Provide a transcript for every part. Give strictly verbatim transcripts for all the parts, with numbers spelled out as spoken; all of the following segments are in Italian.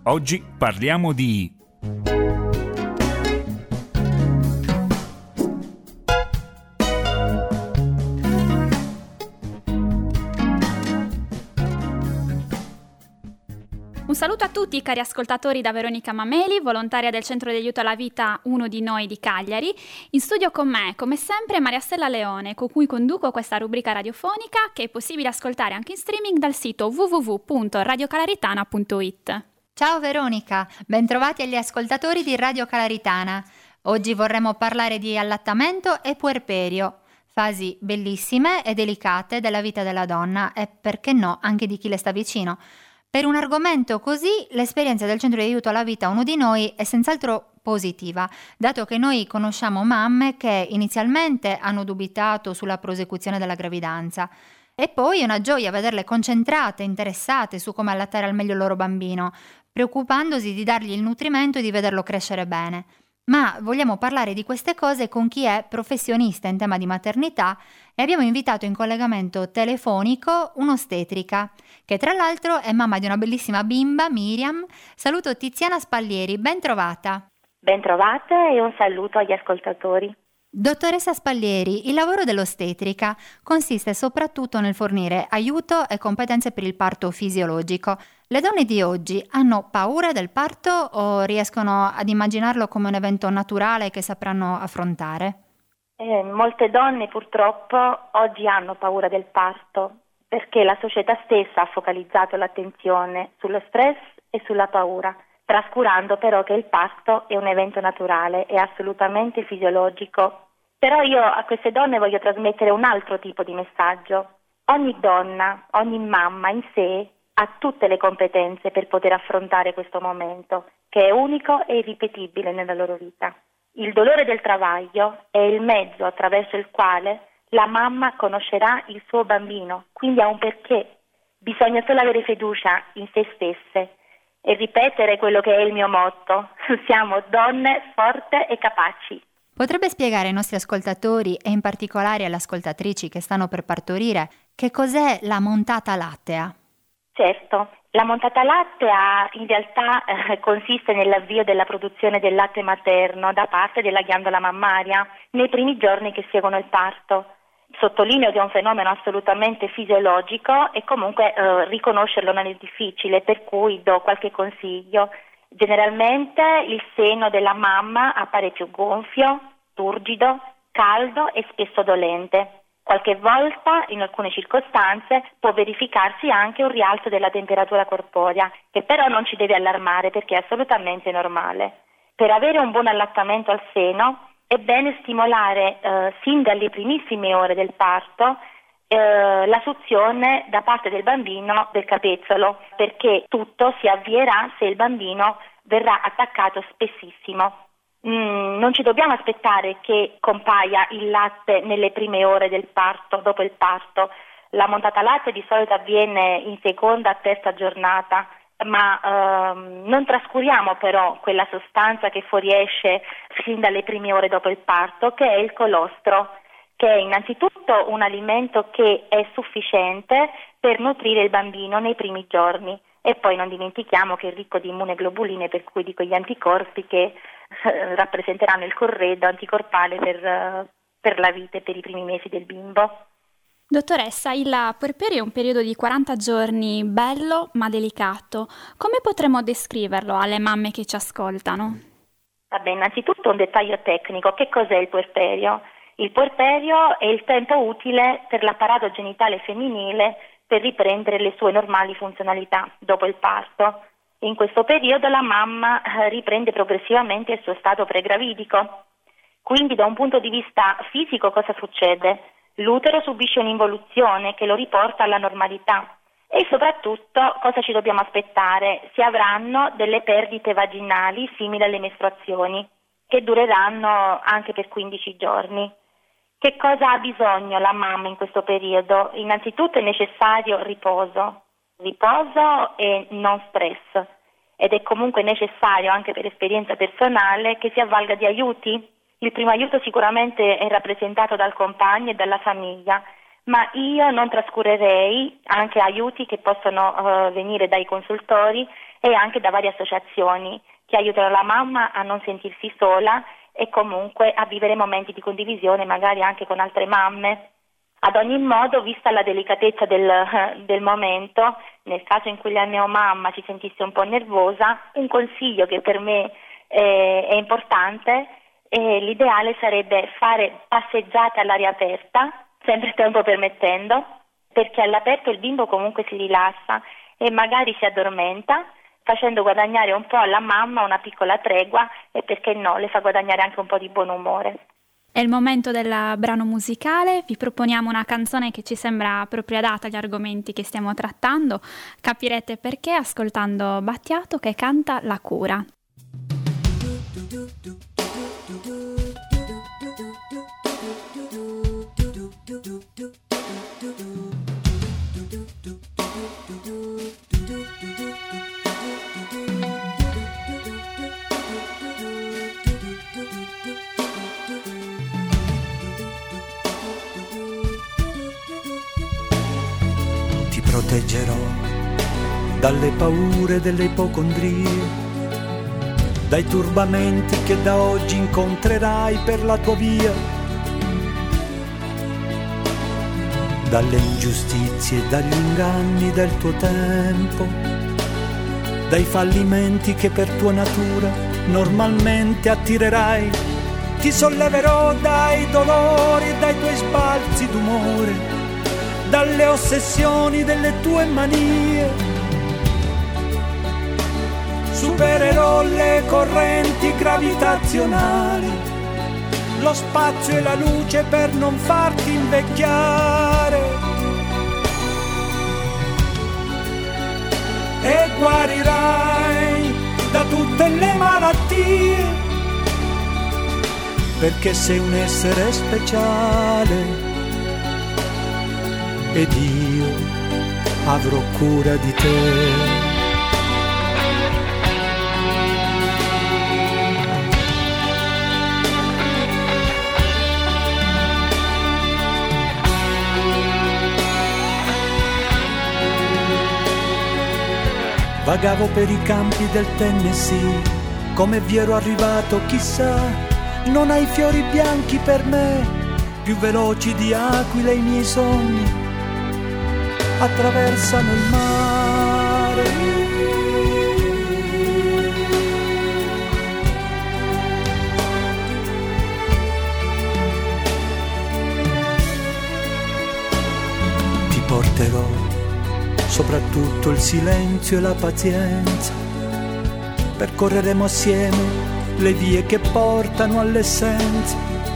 Oggi parliamo di... Un saluto a tutti cari ascoltatori da Veronica Mameli, volontaria del Centro di Aiuto alla Vita Uno di Noi di Cagliari. In studio con me, come sempre, Maria Stella Leone, con cui conduco questa rubrica radiofonica che è possibile ascoltare anche in streaming dal sito w w w punto radio calaritana punto i t. Ciao Veronica, bentrovati agli ascoltatori di Radio Calaritana. Oggi vorremmo parlare di allattamento e puerperio, fasi bellissime e delicate della vita della donna e, perché no, anche di chi le sta vicino. Per un argomento così, l'esperienza del Centro di Aiuto alla Vita Uno di Noi è senz'altro positiva, dato che noi conosciamo mamme che inizialmente hanno dubitato sulla prosecuzione della gravidanza e poi è una gioia vederle concentrate, interessate su come allattare al meglio il loro bambino, preoccupandosi di dargli il nutrimento e di vederlo crescere bene. Ma vogliamo parlare di queste cose con chi è professionista in tema di maternità e abbiamo invitato in collegamento telefonico un'ostetrica, che tra l'altro è mamma di una bellissima bimba, Miriam. Saluto Tiziana Spallieri, ben trovata. Ben trovate e un saluto agli ascoltatori. Dottoressa Spallieri, il lavoro dell'ostetrica consiste soprattutto nel fornire aiuto e competenze per il parto fisiologico. Le donne di oggi hanno paura del parto o riescono ad immaginarlo come un evento naturale che sapranno affrontare? Eh, molte donne purtroppo oggi hanno paura del parto perché la società stessa ha focalizzato l'attenzione sullo stress e sulla paura, trascurando però che il parto è un evento naturale, è assolutamente fisiologico. Però io a queste donne voglio trasmettere un altro tipo di messaggio. Ogni donna, ogni mamma in sé ha tutte le competenze per poter affrontare questo momento, che è unico e irripetibile nella loro vita. Il dolore del travaglio è il mezzo attraverso il quale la mamma conoscerà il suo bambino, quindi ha un perché. Bisogna solo avere fiducia in se stesse e ripetere quello che è il mio motto: siamo donne forti e capaci. Potrebbe spiegare ai nostri ascoltatori e in particolare alle ascoltatrici che stanno per partorire che cos'è la montata lattea? Certo, la montata lattea in realtà eh, consiste nell'avvio della produzione del latte materno da parte della ghiandola mammaria nei primi giorni che seguono il parto. Sottolineo che è un fenomeno assolutamente fisiologico e comunque eh, riconoscerlo non è difficile, per cui do qualche consiglio. Generalmente il seno della mamma appare più gonfio, turgido, caldo e spesso dolente. Qualche volta, in alcune circostanze, può verificarsi anche un rialzo della temperatura corporea, che però non ci deve allarmare perché è assolutamente normale. Per avere un buon allattamento al seno è bene stimolare eh, sin dalle primissime ore del parto eh, la suzione da parte del bambino del capezzolo, perché tutto si avvierà se il bambino verrà attaccato spessissimo. Mm, non ci dobbiamo aspettare che compaia il latte nelle prime ore del parto, dopo il parto. La montata latte di solito avviene in seconda, terza giornata, ma ehm, non trascuriamo però quella sostanza che fuoriesce fin dalle prime ore dopo il parto, che è il colostro, che è innanzitutto un alimento che è sufficiente per nutrire il bambino nei primi giorni. E poi non dimentichiamo che è ricco di immunoglobuline, per cui di quegli anticorpi che eh, rappresenteranno il corredo anticorpale per, uh, per la vita e per i primi mesi del bimbo. Dottoressa, il puerperio è un periodo di quaranta giorni bello ma delicato. Come potremmo descriverlo alle mamme che ci ascoltano? Vabbè, innanzitutto un dettaglio tecnico. Che cos'è il puerperio? Il puerperio è il tempo utile per l'apparato genitale femminile per riprendere le sue normali funzionalità dopo il parto. In questo periodo la mamma riprende progressivamente il suo stato pregravidico. Quindi da un punto di vista fisico cosa succede? L'utero subisce un'involuzione che lo riporta alla normalità e soprattutto cosa ci dobbiamo aspettare? Si avranno delle perdite vaginali simili alle mestruazioni che dureranno anche per quindici giorni. Che cosa ha bisogno la mamma in questo periodo? Innanzitutto è necessario riposo, riposo e non stress, ed è comunque necessario anche per esperienza personale che si avvalga di aiuti. Il primo aiuto sicuramente è rappresentato dal compagno e dalla famiglia, ma io non trascurerei anche aiuti che possono uh, venire dai consultori e anche da varie associazioni che aiutano la mamma a non sentirsi sola e comunque a vivere momenti di condivisione magari anche con altre mamme. Ad ogni modo, vista la delicatezza del, del momento, nel caso in cui la mia mamma si sentisse un po' nervosa, un consiglio che per me eh, è importante, eh, l'ideale sarebbe fare passeggiate all'aria aperta, sempre tempo permettendo, perché all'aperto il bimbo comunque si rilassa e magari si addormenta, facendo guadagnare un po' alla mamma una piccola tregua e, perché no, le fa guadagnare anche un po' di buon umore. È il momento del brano musicale, vi proponiamo una canzone che ci sembra proprio adatta agli argomenti che stiamo trattando, capirete perché ascoltando Battiato che canta La cura. Proteggerò dalle paure delle ipocondrie, dai turbamenti che da oggi incontrerai per la tua via, dalle ingiustizie e dagli inganni del tuo tempo, dai fallimenti che per tua natura normalmente attirerai. Ti solleverò dai dolori e dai tuoi sbalzi d'umore, dalle ossessioni delle tue manie. Supererò le correnti gravitazionali, lo spazio e la luce per non farti invecchiare. E guarirai da tutte le malattie, perché sei un essere speciale ed io avrò cura di te. Vagavo per i campi del Tennessee, come vi ero arrivato chissà, non hai fiori bianchi per me, più veloci di aquile i miei sogni attraversano il mare. Ti porterò soprattutto il silenzio e la pazienza, percorreremo assieme le vie che portano all'essenza,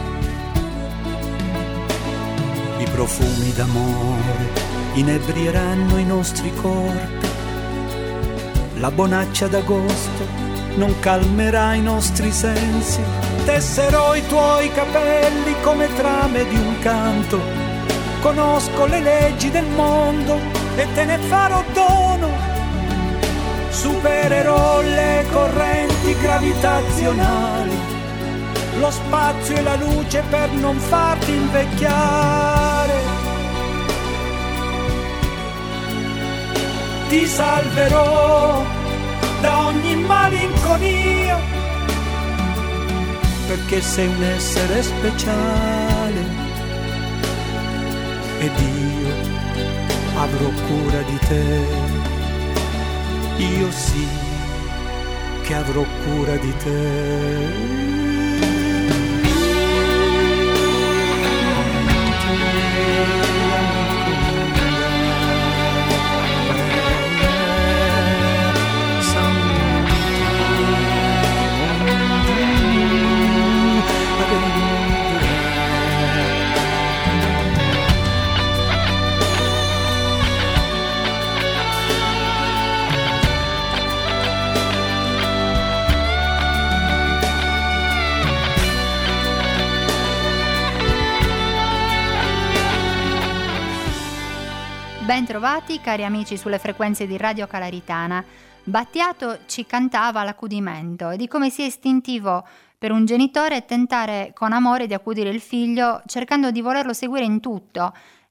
i profumi d'amore inebrieranno i nostri corpi, la bonaccia d'agosto non calmerà i nostri sensi, tesserò i tuoi capelli come trame di un canto, conosco le leggi del mondo e te ne farò dono, supererò le correnti gravitazionali, lo spazio e la luce per non farti invecchiare. Ti salverò da ogni malinconia, perché sei un essere speciale ed io avrò cura di te. Io sì che avrò cura di te. Ben trovati cari amici sulle frequenze di Radio Calaritana. Battiato ci cantava l'accudimento e di come sia istintivo per un genitore tentare con amore di accudire il figlio cercando di volerlo seguire in tutto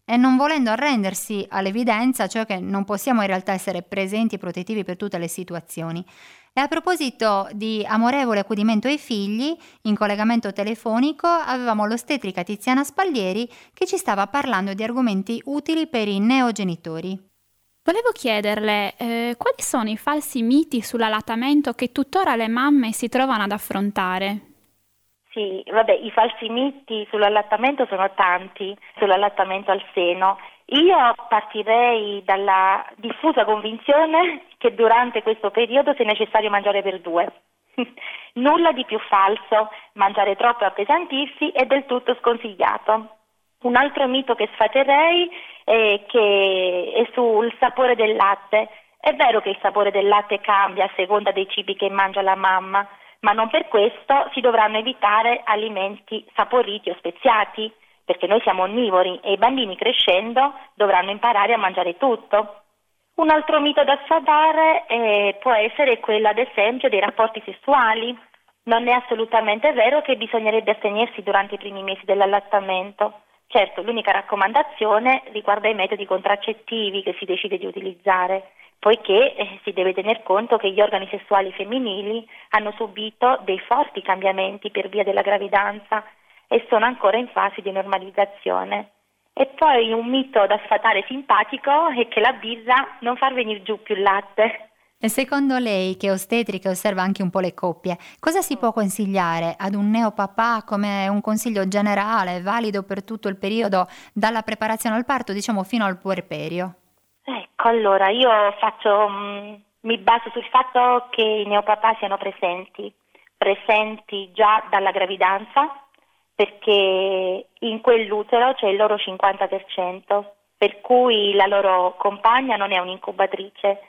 e non volendo arrendersi all'evidenza, cioè che non possiamo in realtà essere presenti e protettivi per tutte le situazioni. E a proposito di amorevole accudimento ai figli, in collegamento telefonico avevamo l'ostetrica Tiziana Spaglieri che ci stava parlando di argomenti utili per i neogenitori. Volevo chiederle eh, quali sono i falsi miti sull'allattamento che tuttora le mamme si trovano ad affrontare? Sì, vabbè, i falsi miti sull'allattamento sono tanti, sull'allattamento al seno. Io partirei dalla diffusa convinzione che durante questo periodo sia necessario mangiare per due. Nulla di più falso, mangiare troppo e appesantirsi è del tutto sconsigliato. Un altro mito che sfaterei è che è sul sapore del latte. È vero che il sapore del latte cambia a seconda dei cibi che mangia la mamma, ma non per questo si dovranno evitare alimenti saporiti o speziati, perché noi siamo onnivori e i bambini crescendo dovranno imparare a mangiare tutto. Un altro mito da sfatare eh, può essere quello, ad esempio, dei rapporti sessuali. Non è assolutamente vero che bisognerebbe astenersi durante i primi mesi dell'allattamento. Certo, l'unica raccomandazione riguarda i metodi contraccettivi che si decide di utilizzare, poiché eh, si deve tener conto che gli organi sessuali femminili hanno subito dei forti cambiamenti per via della gravidanza e sono ancora in fase di normalizzazione. E poi un mito da sfatare simpatico è che la birra non fa venire giù più il latte. E secondo lei, che è ostetrica e osserva anche un po' le coppie, cosa si può consigliare ad un neopapà come un consiglio generale, valido per tutto il periodo dalla preparazione al parto, diciamo fino al puerperio? Ecco, allora io faccio, mh, mi baso sul fatto che i neopapà siano presenti, presenti già dalla gravidanza, perché in quell'utero c'è il loro cinquanta per cento, per cui la loro compagna non è un'incubatrice,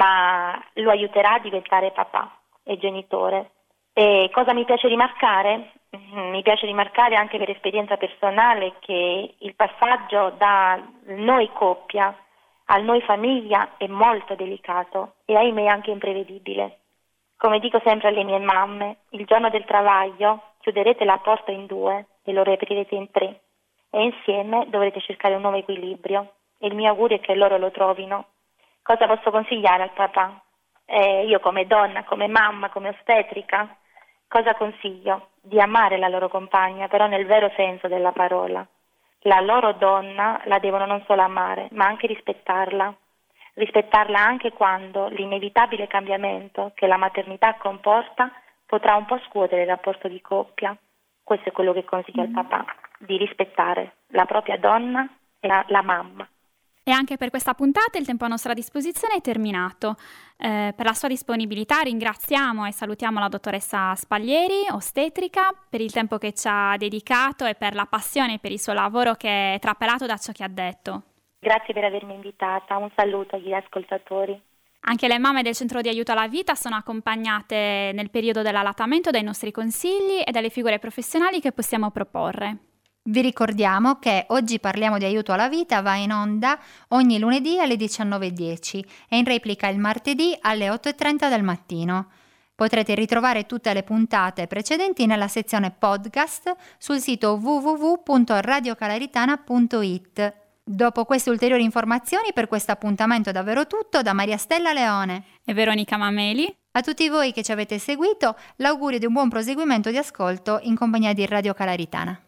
ma lo aiuterà a diventare papà e genitore. E cosa mi piace rimarcare? Mi piace rimarcare anche per esperienza personale che il passaggio da noi coppia al noi famiglia è molto delicato e ahimè anche imprevedibile. Come dico sempre alle mie mamme, il giorno del travaglio chiuderete la porta in due e lo riaprirete in tre e insieme dovrete cercare un nuovo equilibrio e il mio augurio è che loro lo trovino. Cosa posso consigliare al papà? Eh, io come donna, come mamma, come ostetrica, cosa consiglio? Di amare la loro compagna, però nel vero senso della parola. La loro donna la devono non solo amare, ma anche rispettarla. Rispettarla anche quando l'inevitabile cambiamento che la maternità comporta potrà un po' scuotere il rapporto di coppia. Questo è quello che consiglio al papà, di rispettare la propria donna e la, la mamma. E anche per questa puntata il tempo a nostra disposizione è terminato. Eh, per la sua disponibilità ringraziamo e salutiamo la dottoressa Spaglieri, ostetrica, per il tempo che ci ha dedicato e per la passione per il suo lavoro che è trappelato da ciò che ha detto. Grazie per avermi invitata, un saluto agli ascoltatori. Anche le mamme del Centro di Aiuto alla Vita sono accompagnate nel periodo dell'allattamento dai nostri consigli e dalle figure professionali che possiamo proporre. Vi ricordiamo che Oggi parliamo di aiuto alla vita va in onda ogni lunedì alle diciannove e dieci e in replica il martedì alle otto e trenta del mattino. Potrete ritrovare tutte le puntate precedenti nella sezione podcast sul sito w w w punto radio calaritana punto i t. Dopo queste ulteriori informazioni, per questo appuntamento è davvero tutto da Maria Stella Leone e Veronica Mameli. A tutti voi che ci avete seguito, l'augurio di un buon proseguimento di ascolto in compagnia di Radio Calaritana.